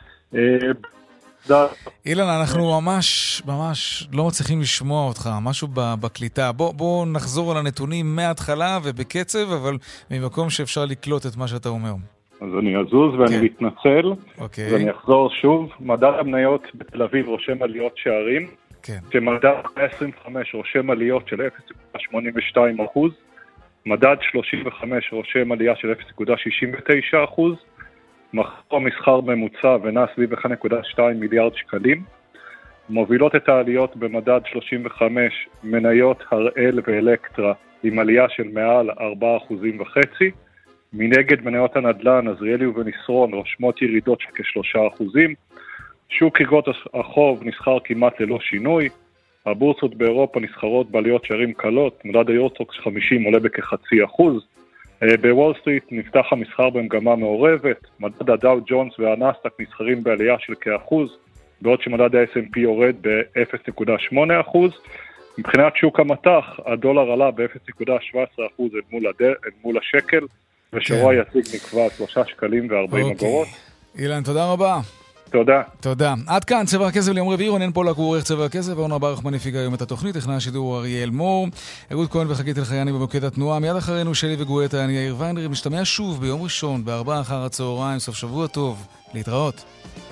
אילן, אנחנו ממש, ממש לא מצליחים לשמוע אותך, משהו בקליטה. בוא, בוא נחזור על הנתונים מההתחלה ובקצב, אבל ממקום שאפשר לקלוט את מה שאתה אומר.
אז אני אזוז ואני מתנצל, ואני אחזור שוב. מדד המניות בתל אביב רושם עליות שערים, שמדד מאה עשרים וחמש רושם עליות של אפס נקודה שמונים ושתיים אחוז, מדד שלושים וחמש רושם עלייה של אפס נקודה שישים ותשע אחוז, מחזור מסחר ממוצע ונע סביב אחד נקודה שתיים מיליארד שקלים. מובילות את העליות במדד שלושים וחמש מניות הראל ואלקטרה עם עלייה של מעל ארבעה אחוזים וחצי. מנגד מניות הנדל"ן, עזריאלי ובניסרון, רושמות ירידות של כשלושה אחוזים. שוק אגרות החוב נסחר כמעט ללא שינוי. הבורסות באירופה נסחרות בעליות שערים קלות, מדד היורטוקס חמישים עולה בכחצי אחוז. בוול סטריט נפתח המסחר במגמה מעורבת, מדד הדאו ג'ונס והנסדק נסחרים בעלייה של כאחוז, בעוד שמדד ה-אס אנד פי יורד ב-אפס נקודה שמונה אחוז. מבחינת שוק המטח, הדולר עלה ב-אפס נקודה שבע עשרה אחוז אל מול, הד... אל מול השקל, ושרוע יציג נקבע שלושה שקלים וארבעים אגורות.
אילן, תודה רבה.
תודה.
תודה. עד כאן צבע הכסף ליום רביעי, רונן פולק הוא עורך צבע הכסף, ואורנה ברחמן הפיק היום את התוכנית, תכנן השידור אריאל מור, אהוד כהן וחגית אלחייני במוקד התנועה, מיד אחרינו שלי וגואטה, אני יאיר ויינרב, משתמע שוב ביום ראשון, בארבע אחר הצהריים, סוף שבוע טוב, להתראות.